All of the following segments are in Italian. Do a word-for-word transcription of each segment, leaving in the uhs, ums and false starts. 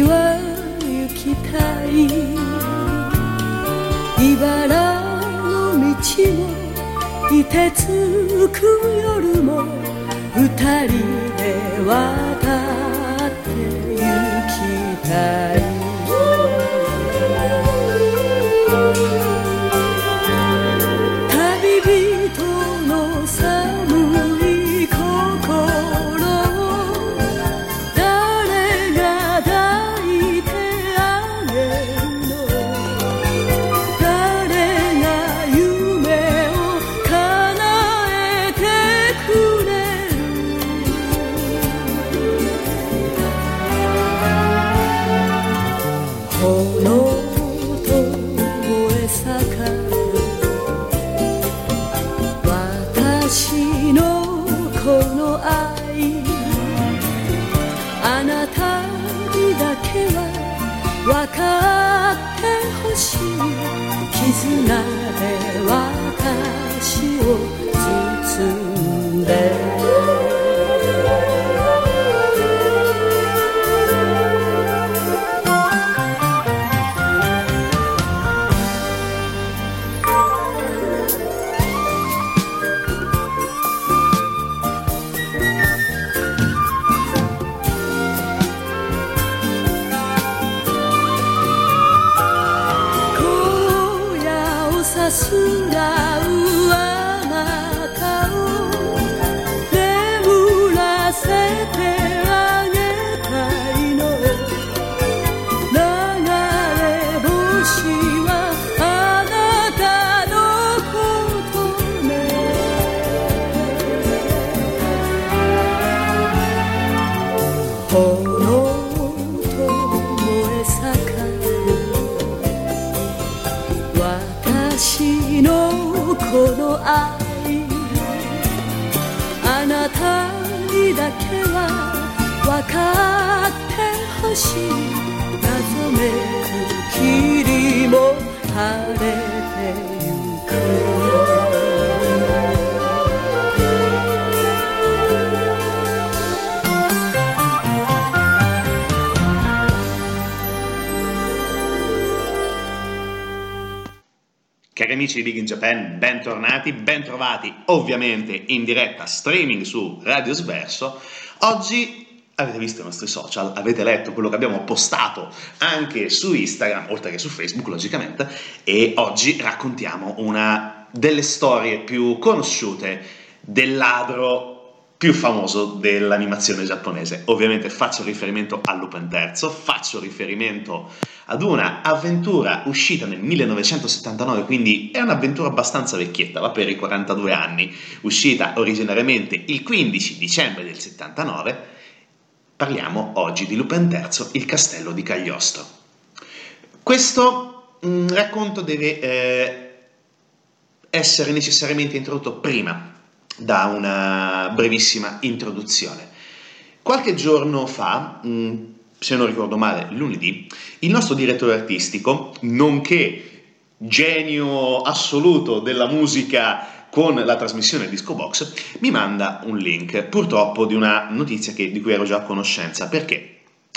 私は行きたい茨の道も凍てつく夜も二人で渡って行きたい旅人の寒い心誰が抱いてあげるの誰が夢を叶えてくれ炎と燃え盛る私のこの愛あなたにだけは分かってほしい絆で私を包んでさすらうあなたを眠らせてあげたいの流れ星はあなたのことね炎と燃え盛る私のこの愛あなたにだけは分かってほしい謎めく霧も晴れてゆく Cari amici di Big in Japan, bentornati, bentrovati ovviamente in diretta streaming su Radio Sverso. Oggi avete visto i nostri social, avete letto quello che abbiamo postato anche su Instagram, oltre che su Facebook logicamente, e oggi raccontiamo una delle storie più conosciute del ladro più famoso dell'animazione giapponese. Ovviamente faccio riferimento a Lupin terzo, faccio riferimento ad una avventura uscita nel millenovecentosettantanove, quindi è un'avventura abbastanza vecchietta, va per i quarantadue anni, uscita originariamente il quindici dicembre del settantanove. Parliamo oggi di Lupin terzo, il castello di Cagliostro. Questo mh, racconto deve eh, essere necessariamente introdotto prima da una brevissima introduzione. Qualche giorno fa, mh, se non ricordo male, lunedì, il nostro direttore artistico, nonché genio assoluto della musica con la trasmissione Disco Box, mi manda un link, purtroppo di una notizia che, di cui ero già a conoscenza, perché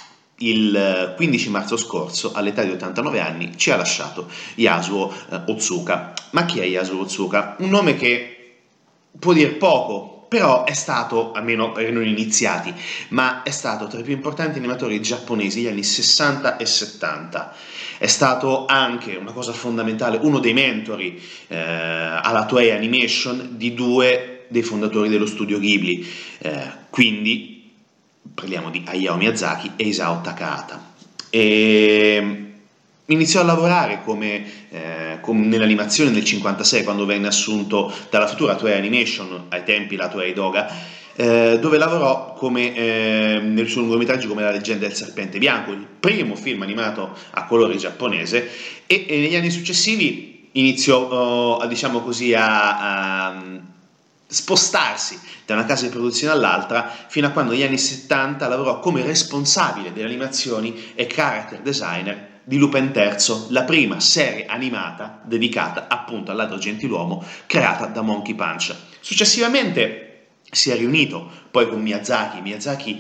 il quindici marzo scorso, all'età di ottantanove anni, ci ha lasciato Yasuo eh, Otsuka. Ma chi è Yasuo Otsuka? Un nome che può dire poco, però è stato, almeno per noi iniziati, ma è stato tra i più importanti animatori giapponesi degli anni sessanta e settanta. È stato anche, una cosa fondamentale, uno dei mentori eh, alla Toei Animation di due dei fondatori dello studio Ghibli, eh, quindi parliamo di Hayao Miyazaki e Isao Takahata. E iniziò a lavorare come, eh, come nell'animazione nel cinquantasei, quando venne assunto dalla futura Toei Animation, ai tempi la Toei Doga, eh, dove lavorò come, eh, nel suo lungometraggio come La leggenda del serpente bianco, il primo film animato a colori giapponese, e, e negli anni successivi iniziò oh, a, diciamo così, a, a spostarsi da una casa di produzione all'altra, fino a quando negli anni settanta lavorò come responsabile delle animazioni e character designer di Lupin terzo, la prima serie animata dedicata appunto al ladro gentiluomo creata da Monkey Punch. Successivamente si è riunito poi con Miyazaki, Miyazaki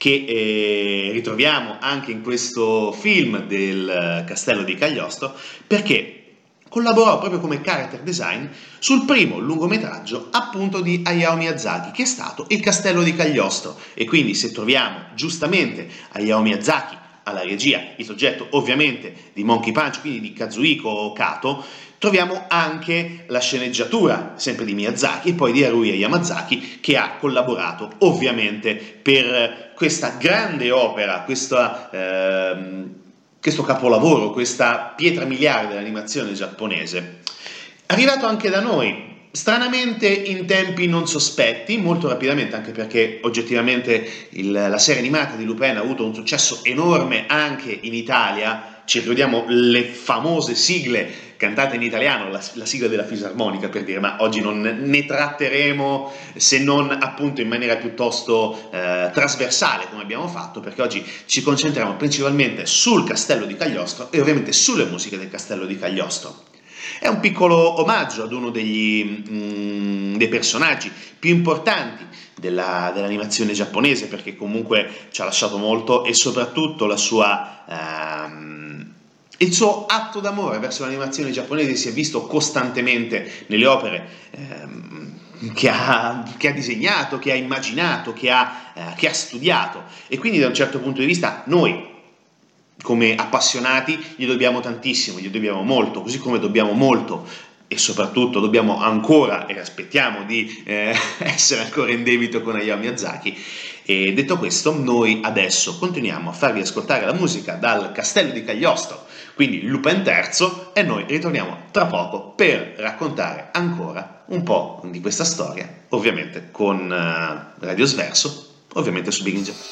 che eh, ritroviamo anche in questo film del Castello di Cagliostro, perché collaborò proprio come character design sul primo lungometraggio appunto di Hayao Miyazaki, che è stato Il Castello di Cagliostro. E quindi se troviamo giustamente Hayao Miyazaki alla regia, il soggetto ovviamente di Monkey Punch, quindi di Kazuhiko Kato, troviamo anche la sceneggiatura sempre di Miyazaki e poi di Haruhi Yamazaki, che ha collaborato ovviamente per questa grande opera, questa ehm, questo capolavoro, questa pietra miliare dell'animazione giapponese. Arrivato anche da noi, stranamente in tempi non sospetti, molto rapidamente, anche perché oggettivamente il, la serie animata di Lupin ha avuto un successo enorme anche in Italia. Ci ricordiamo le famose sigle cantate in italiano, la, la sigla della fisarmonica per dire, ma oggi non ne tratteremo se non appunto in maniera piuttosto eh, trasversale come abbiamo fatto, perché oggi ci concentriamo principalmente sul Castello di Cagliostro e ovviamente sulle musiche del Castello di Cagliostro. È un piccolo omaggio ad uno degli, mm, dei personaggi più importanti della, dell'animazione giapponese, perché comunque ci ha lasciato molto, e soprattutto la sua... Ehm, il suo atto d'amore verso l'animazione giapponese si è visto costantemente nelle opere ehm, che, ha, che ha disegnato, che ha immaginato, che ha, eh, che ha studiato, e quindi da un certo punto di vista noi come appassionati gli dobbiamo tantissimo, gli dobbiamo molto, così come dobbiamo molto e soprattutto dobbiamo ancora e aspettiamo di eh, essere ancora in debito con Hayao Miyazaki. E detto questo, noi adesso continuiamo a farvi ascoltare la musica dal Castello di Cagliostro, quindi Lupin terzo, e noi ritorniamo tra poco per raccontare ancora un po' di questa storia, ovviamente con uh, Radio Sverso, ovviamente su Big in Japan.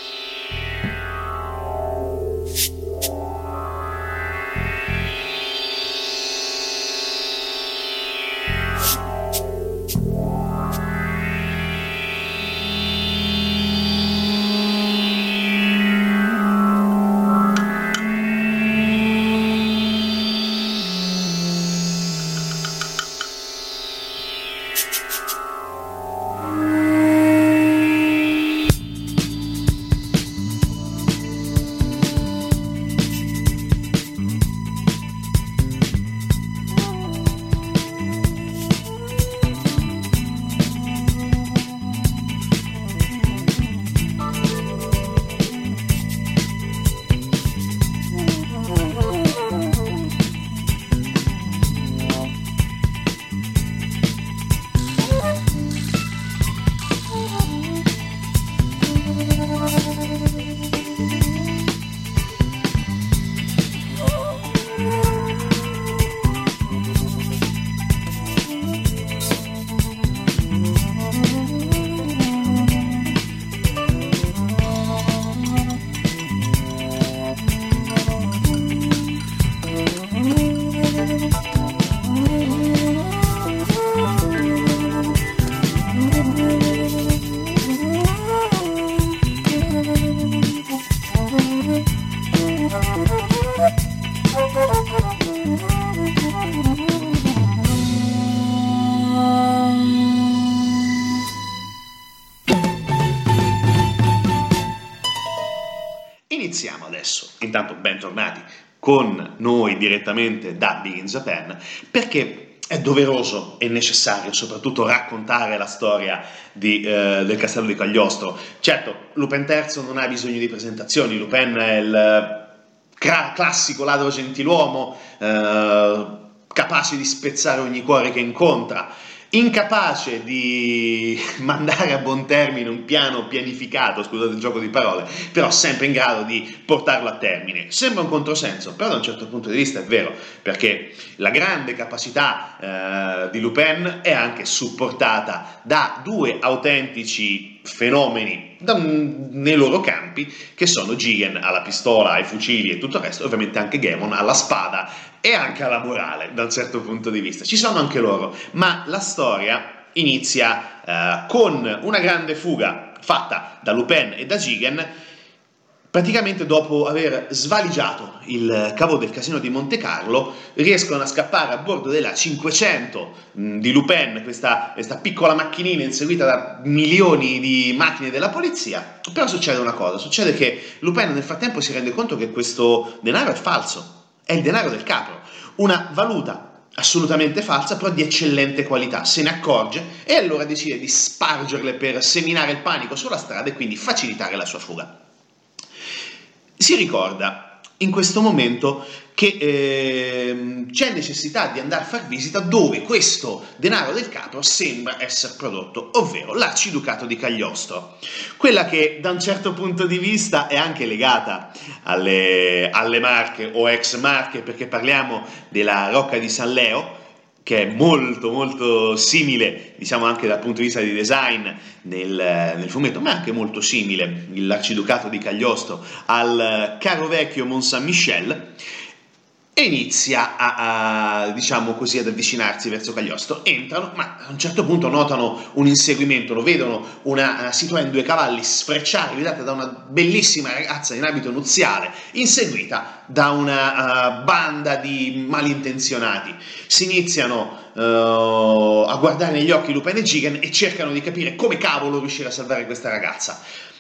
Iniziamo adesso, intanto bentornati con noi direttamente da Big in Japan, perché è doveroso e necessario soprattutto raccontare la storia di, eh, del Castello di Cagliostro. Certo, Lupin terzo non ha bisogno di presentazioni, Lupin è il cra- classico ladro gentiluomo, eh, capace di spezzare ogni cuore che incontra, incapace di mandare a buon termine un piano pianificato, scusate il gioco di parole, però sempre in grado di portarlo a termine. Sembra un controsenso, però da un certo punto di vista è vero, perché la grande capacità eh, di Lupin è anche supportata da due autentici fenomeni da, nei loro campi, che sono Jigen alla pistola, ai fucili e tutto il resto, ovviamente anche Gemon alla spada e anche alla morale, da un certo punto di vista. Ci sono anche loro, ma la storia inizia eh, con una grande fuga fatta da Lupin e da Jigen, praticamente dopo aver svaligiato il caveau del casino di Monte Carlo riescono a scappare a bordo della cinquecento mh, di Lupin, questa, questa piccola macchinina inseguita da milioni di macchine della polizia. Però succede una cosa, succede che Lupin nel frattempo si rende conto che questo denaro è falso, è il denaro del capro, una valuta assolutamente falsa, però di eccellente qualità. Se ne accorge e allora decide di spargerle per seminare il panico sulla strada e quindi facilitare la sua fuga. Si ricorda in questo momento che eh, c'è necessità di andare a far visita dove questo denaro del capro sembra essere prodotto, ovvero l'Arciducato di Cagliostro, quella che da un certo punto di vista è anche legata alle, alle Marche o ex Marche, perché parliamo della Rocca di San Leo, che è molto molto simile, diciamo anche dal punto di vista di design nel, nel fumetto, ma anche molto simile l'Arciducato di Cagliostro al caro vecchio Mont Saint-Michel, e inizia a, a, diciamo così, ad avvicinarsi verso Cagliostro. Entrano, ma a un certo punto notano un inseguimento, lo vedono una Citroën due cavalli sfrecciare, guidata da una bellissima ragazza in abito nuziale, inseguita da una uh, banda di malintenzionati. Si iniziano uh, a guardare negli occhi Lupin e Jigen e cercano di capire come cavolo riuscire a salvare questa ragazza.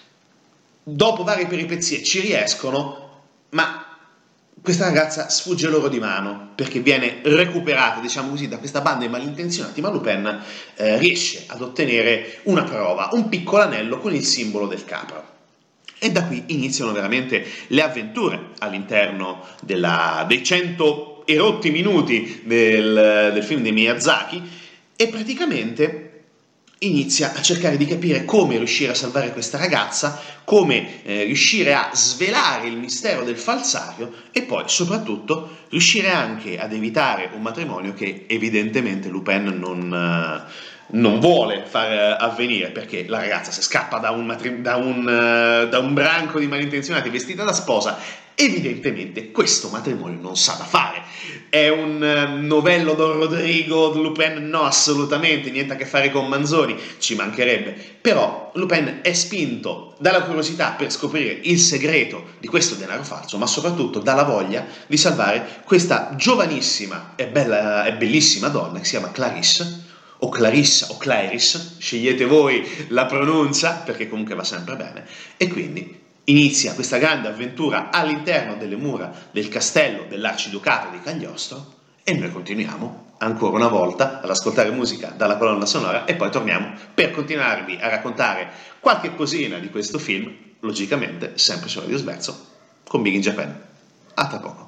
Dopo varie peripezie ci riescono, ma questa ragazza sfugge loro di mano perché viene recuperata, diciamo così, da questa banda di malintenzionati, ma Lupin eh, riesce ad ottenere una prova, un piccolo anello con il simbolo del capro. E da qui iniziano veramente le avventure all'interno della, dei cento erotti minuti del, del film di Miyazaki, e praticamente inizia a cercare di capire come riuscire a salvare questa ragazza, come eh, riuscire a svelare il mistero del falsario e poi soprattutto riuscire anche ad evitare un matrimonio che evidentemente Lupin non, eh, non vuole far avvenire, perché la ragazza, se scappa da un, matri- da un, uh, da un branco di malintenzionati vestita da sposa, evidentemente questo matrimonio non sa da fare. È un uh, novello Don Rodrigo Lupin? No, assolutamente, niente a che fare con Manzoni, ci mancherebbe. Però Lupin è spinto dalla curiosità per scoprire il segreto di questo denaro falso, ma soprattutto dalla voglia di salvare questa giovanissima e bella e bellissima donna che si chiama Clarisse, o Clarissa o Clarice, scegliete voi la pronuncia, perché comunque va sempre bene. E quindi inizia questa grande avventura all'interno delle mura del castello dell'Arciducato di Cagliostro, e noi continuiamo ancora una volta ad ascoltare musica dalla colonna sonora e poi torniamo per continuarvi a raccontare qualche cosina di questo film, logicamente sempre su Radio Sverso con Big in Japan. A tra poco.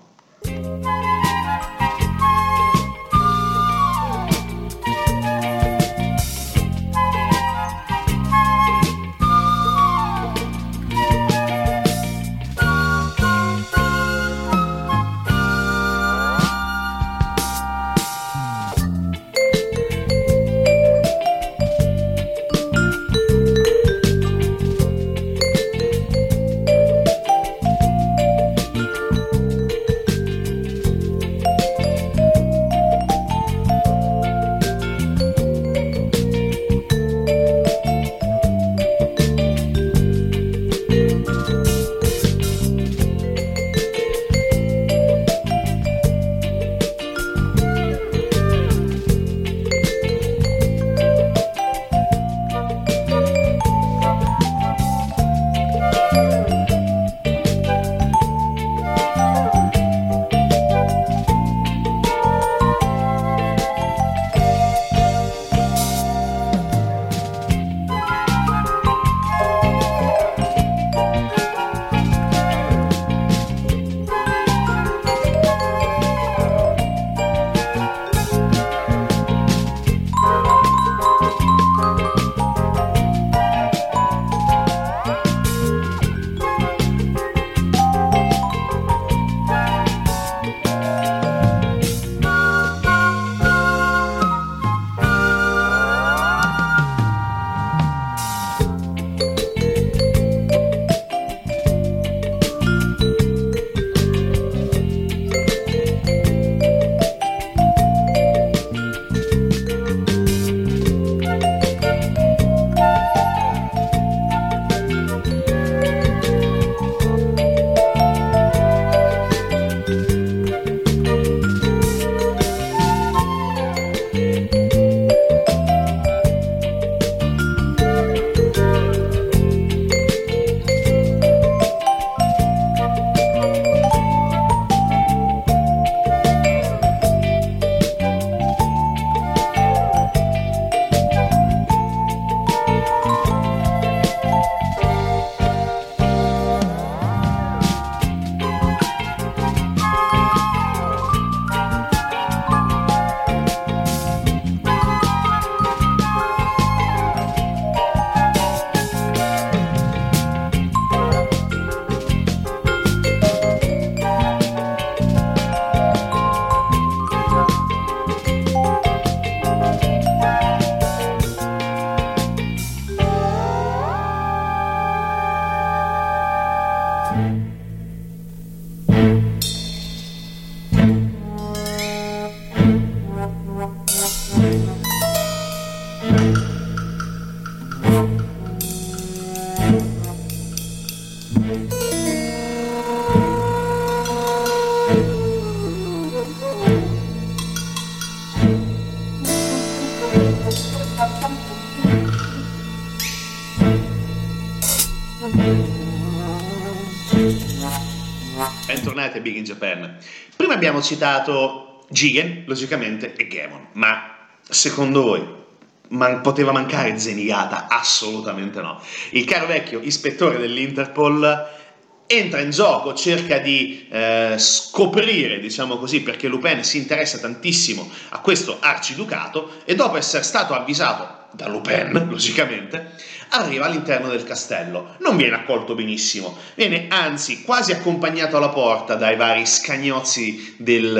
bentornati a Big in Japan. Prima abbiamo citato Jigen, logicamente, e Gemon, ma secondo voi man- poteva mancare Zenigata? Assolutamente no. Il caro vecchio ispettore dell'Interpol entra in gioco, cerca di eh, scoprire, diciamo così, perché Lupin si interessa tantissimo a questo arciducato, e dopo essere stato avvisato da Lupin, logicamente, arriva all'interno del castello. Non viene accolto benissimo, viene anzi quasi accompagnato alla porta dai vari scagnozzi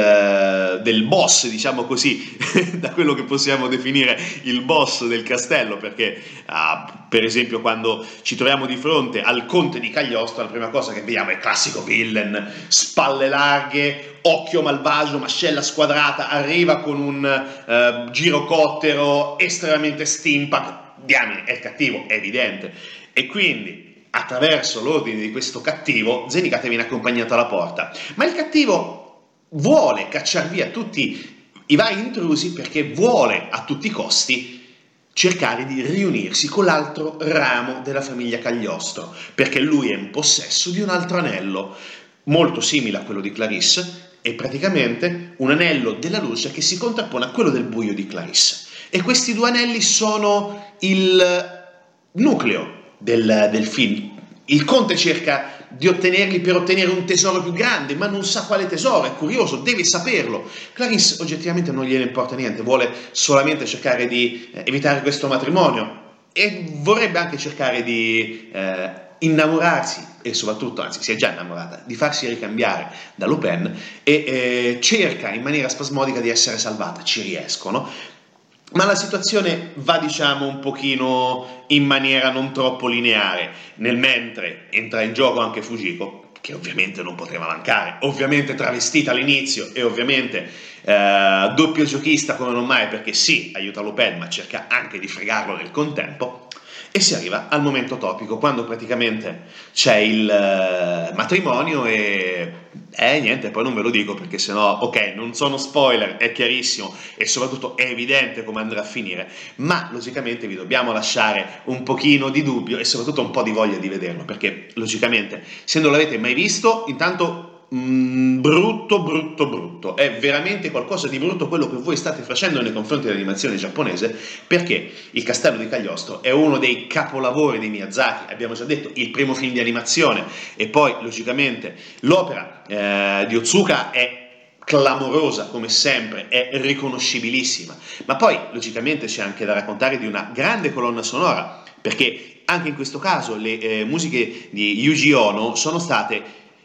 del, del boss, diciamo così, da quello che possiamo definire il boss del castello, perché ah, per esempio quando ci troviamo di fronte al conte di Cagliostro, la prima cosa che vediamo è il classico villain, spalle larghe, occhio malvagio, mascella squadrata, arriva con un uh, girocottero estremamente steampunk. Diamine, è il cattivo, è evidente. E quindi, attraverso l'ordine di questo cattivo, Zenigata viene accompagnato alla porta. Ma il cattivo vuole cacciar via tutti i vari intrusi perché vuole a tutti i costi cercare di riunirsi con l'altro ramo della famiglia Cagliostro, perché lui è in possesso di un altro anello, molto simile a quello di Clarisse, è praticamente un anello della luce che si contrappone a quello del buio di Clarisse. E questi due anelli sono il nucleo del, del film. Il conte cerca di ottenerli per ottenere un tesoro più grande, ma non sa quale tesoro, è curioso, deve saperlo. Clarisse oggettivamente non gliene importa niente, vuole solamente cercare di eh, evitare questo matrimonio e vorrebbe anche cercare di eh, innamorarsi, e soprattutto, anzi si è già innamorata, di farsi ricambiare da Lupin, e eh, cerca in maniera spasmodica di essere salvata. Ci riescono. Ma la situazione va, diciamo, un pochino in maniera non troppo lineare. Nel mentre entra in gioco anche Fujiko, che ovviamente non poteva mancare, ovviamente travestita all'inizio e ovviamente eh, doppio giochista come non mai, perché sì, aiuta Lupin, ma cerca anche di fregarlo nel contempo. E si arriva al momento topico, quando praticamente c'è il uh, matrimonio e eh, niente, poi non ve lo dico perché sennò, ok, non sono spoiler, è chiarissimo e soprattutto è evidente come andrà a finire, ma logicamente vi dobbiamo lasciare un pochino di dubbio e soprattutto un po' di voglia di vederlo, perché logicamente se non l'avete mai visto, intanto Mm, brutto, brutto, brutto. È veramente qualcosa di brutto quello che voi state facendo nei confronti dell'animazione giapponese, perché Il Castello di Cagliostro è uno dei capolavori di Miyazaki, abbiamo già detto, il primo film di animazione, e poi logicamente l'opera eh, di Otsuka è clamorosa come sempre, è riconoscibilissima, ma poi logicamente c'è anche da raccontare di una grande colonna sonora, perché anche in questo caso le eh, musiche di Yuji Ono sono state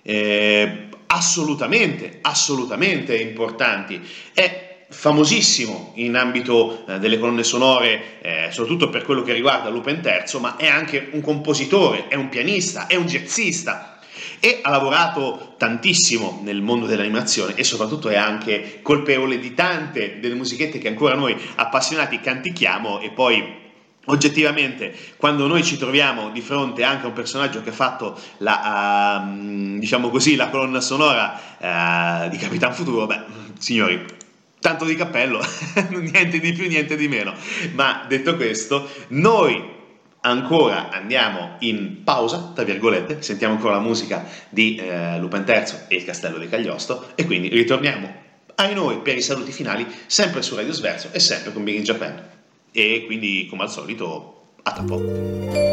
eh, assolutamente, assolutamente importanti. È famosissimo in ambito eh, delle colonne sonore, eh, soprattutto per quello che riguarda Lupin terzo, ma è anche un compositore, è un pianista, è un jazzista e ha lavorato tantissimo nel mondo dell'animazione e soprattutto è anche colpevole di tante delle musichette che ancora noi appassionati cantichiamo. E poi oggettivamente quando noi ci troviamo di fronte anche a un personaggio che ha fatto la, uh, diciamo così, la colonna sonora uh, di Capitan Futuro, beh, signori, tanto di cappello, niente di più, niente di meno. Ma detto questo, noi ancora andiamo in pausa, tra virgolette, sentiamo ancora la musica di uh, Lupin terzo e Il Castello di Cagliostro, e quindi ritorniamo ai noi per i saluti finali, sempre su Radio Sverso e sempre con Big in Japan. E quindi, come al solito, a tra poco.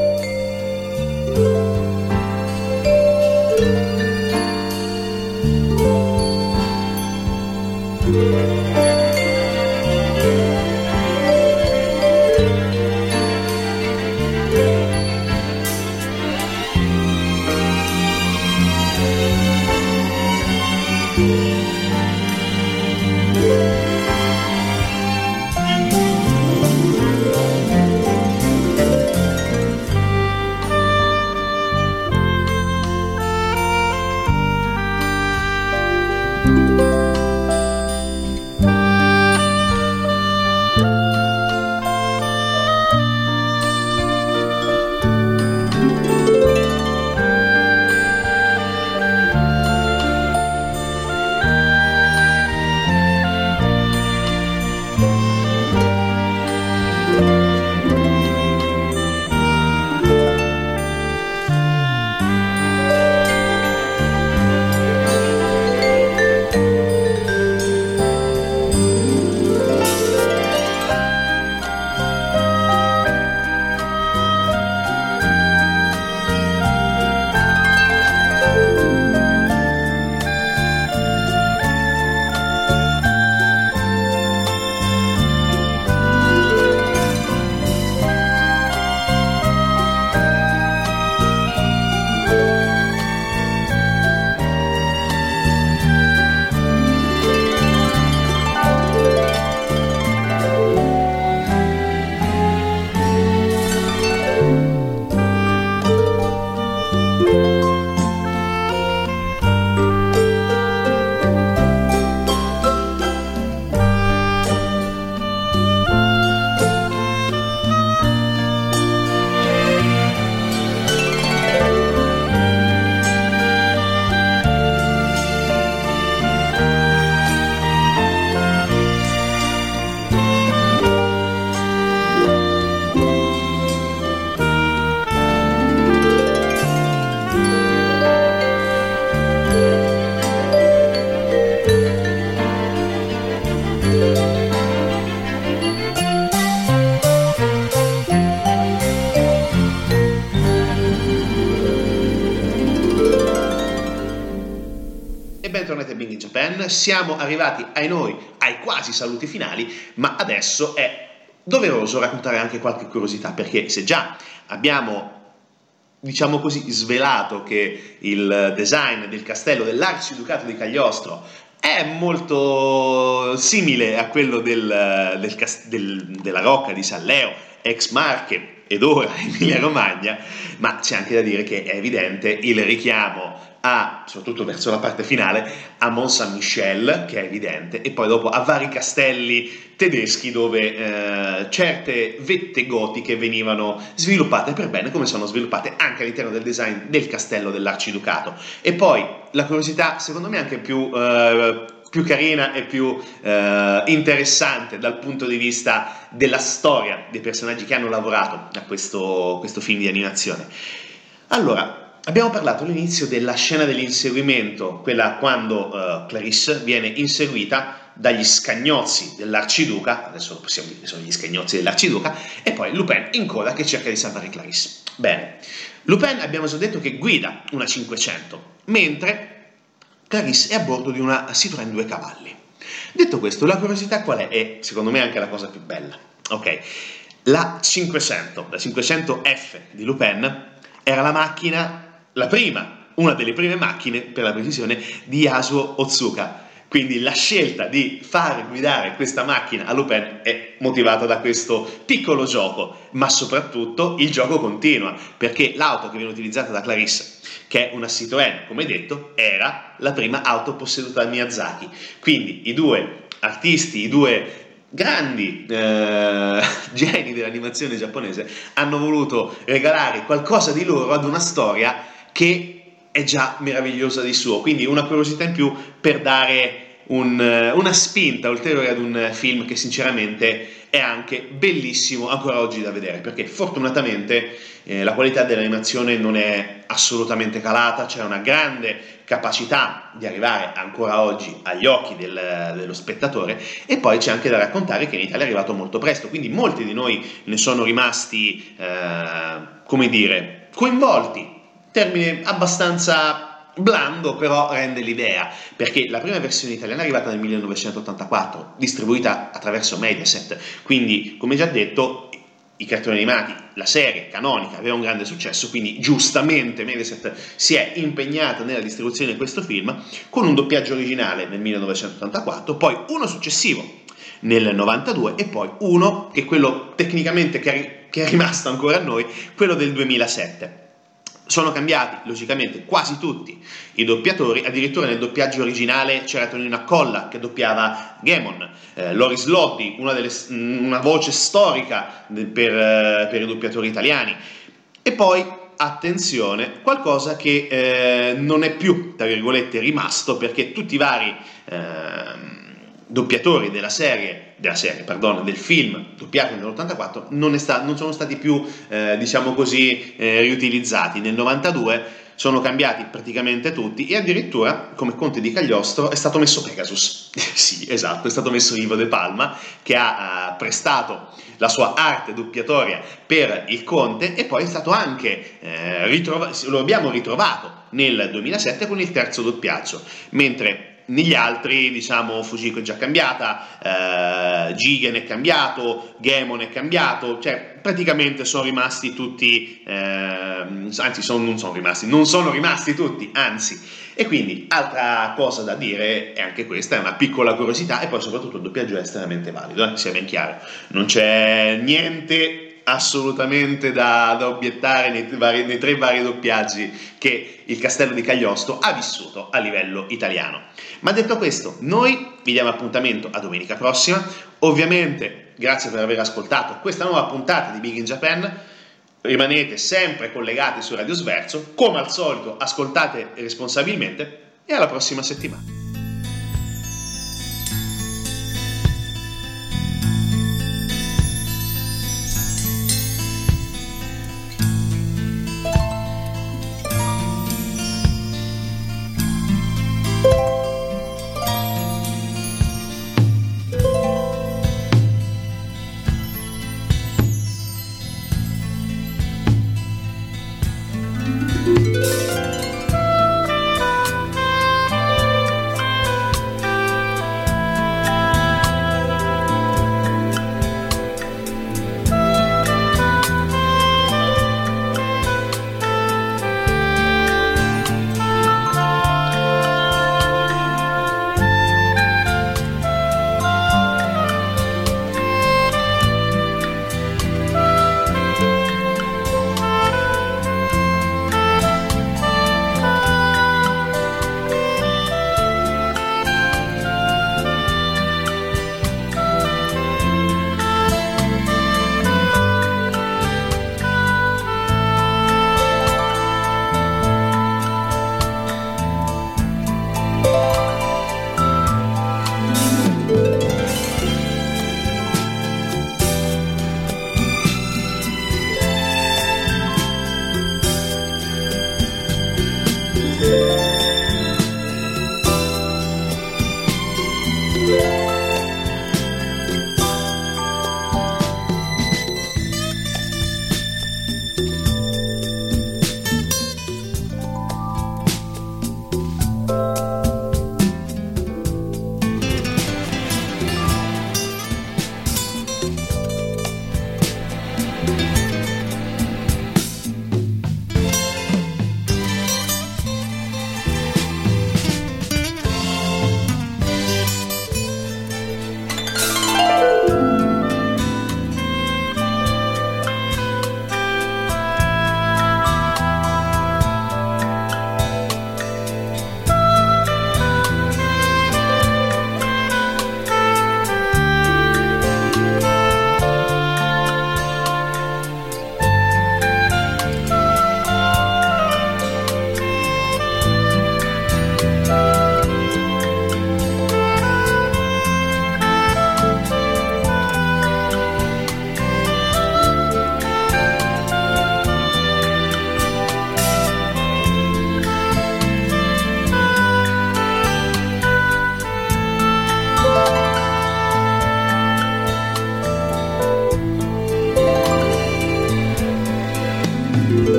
e bentornati a Big in Japan. Siamo arrivati ai noi, ai quasi saluti finali, ma adesso è doveroso raccontare anche qualche curiosità, perché se già abbiamo, diciamo così, svelato che il design del castello dell'Arciducato di Cagliostro è molto simile a quello del, del, del, della Rocca di San Leo, ex Marche ed ora Emilia Romagna, ma c'è anche da dire che è evidente il richiamo a, soprattutto verso la parte finale, a Mont Saint-Michel, che è evidente, e poi dopo a vari castelli tedeschi dove eh, certe vette gotiche venivano sviluppate per bene, come sono sviluppate anche all'interno del design del castello dell'Arciducato. E poi la curiosità, secondo me anche più eh, più carina e più eh, interessante dal punto di vista della storia dei personaggi che hanno lavorato a questo, questo film di animazione. Allora, abbiamo parlato all'inizio della scena dell'inseguimento, quella quando uh, Clarisse viene inseguita dagli scagnozzi dell'Arciduca, adesso lo possiamo dire che sono gli scagnozzi dell'Arciduca, e poi Lupin in coda che cerca di salvare Clarisse. Bene, Lupin abbiamo già detto che guida una cinquecento, mentre Clarisse è a bordo di una Citroën due cavalli. Detto questo, la curiosità qual è? E secondo me anche la cosa più bella. Ok, la cinquecento, la cinquecento F di Lupin era la macchina, la prima, una delle prime macchine, per la precisione, di Yasuo Otsuka. Quindi la scelta di far guidare questa macchina a Lupin è motivata da questo piccolo gioco, ma soprattutto il gioco continua, perché l'auto che viene utilizzata da Clarisse, che è una Citroën, come detto, era la prima auto posseduta da Miyazaki. Quindi i due artisti, i due grandi eh, geni dell'animazione giapponese hanno voluto regalare qualcosa di loro ad una storia che è già meravigliosa di suo, quindi una curiosità in più per dare un, una spinta ulteriore ad un film che sinceramente è anche bellissimo ancora oggi da vedere, perché fortunatamente eh, la qualità dell'animazione non è assolutamente calata, c'è una grande capacità di arrivare ancora oggi agli occhi del, dello spettatore, e poi c'è anche da raccontare che in Italia è arrivato molto presto, quindi molti di noi ne sono rimasti, eh, come dire, coinvolti. Termine abbastanza blando, però rende l'idea, perché la prima versione italiana è arrivata nel millenovecentottantaquattro, distribuita attraverso Mediaset, quindi come già detto i cartoni animati, la serie canonica aveva un grande successo, quindi giustamente Mediaset si è impegnata nella distribuzione di questo film con un doppiaggio originale nel millenovecentottantaquattro, poi uno successivo nel novantadue e poi uno che è quello tecnicamente che è, che è rimasto ancora a noi, quello del duemilasette. Sono cambiati logicamente quasi tutti i doppiatori, addirittura nel doppiaggio originale c'era Tonino Accolla che doppiava Gaemon, eh, Loris Loddi, una, delle, una voce storica per, eh, per i doppiatori italiani, e poi, attenzione, qualcosa che eh, non è più, tra virgolette, rimasto, perché tutti i vari eh, doppiatori della serie, della serie, perdono, del film doppiato nell'ottantaquattro non, è sta, non sono stati più, eh, diciamo così, eh, riutilizzati. Nel novantadue sono cambiati praticamente tutti, e addirittura, come Conte di Cagliostro, è stato messo Pegasus. Sì, esatto, è stato messo Ivo De Palma, che ha uh, prestato la sua arte doppiatoria per il Conte, e poi è stato anche eh, ritrovato, lo abbiamo ritrovato nel duemilasette con il terzo doppiaggio, mentre negli altri, diciamo, Fujiko è già cambiata, eh, Jigen è cambiato, Gaemon è cambiato, cioè praticamente sono rimasti tutti, eh, anzi sono, non sono rimasti, non sono rimasti tutti, anzi. E quindi altra cosa da dire è anche questa, è una piccola curiosità, e poi soprattutto il doppiaggio è estremamente valido, eh, sia ben chiaro, non c'è niente assolutamente da, da obiettare nei, vari, nei tre vari doppiaggi che il Castello di Cagliostro ha vissuto a livello italiano. Ma detto questo, noi vi diamo appuntamento a domenica prossima. Ovviamente grazie per aver ascoltato questa nuova puntata di Big in Japan, rimanete sempre collegati su Radio Sverso, come al solito ascoltate responsabilmente, e alla prossima settimana.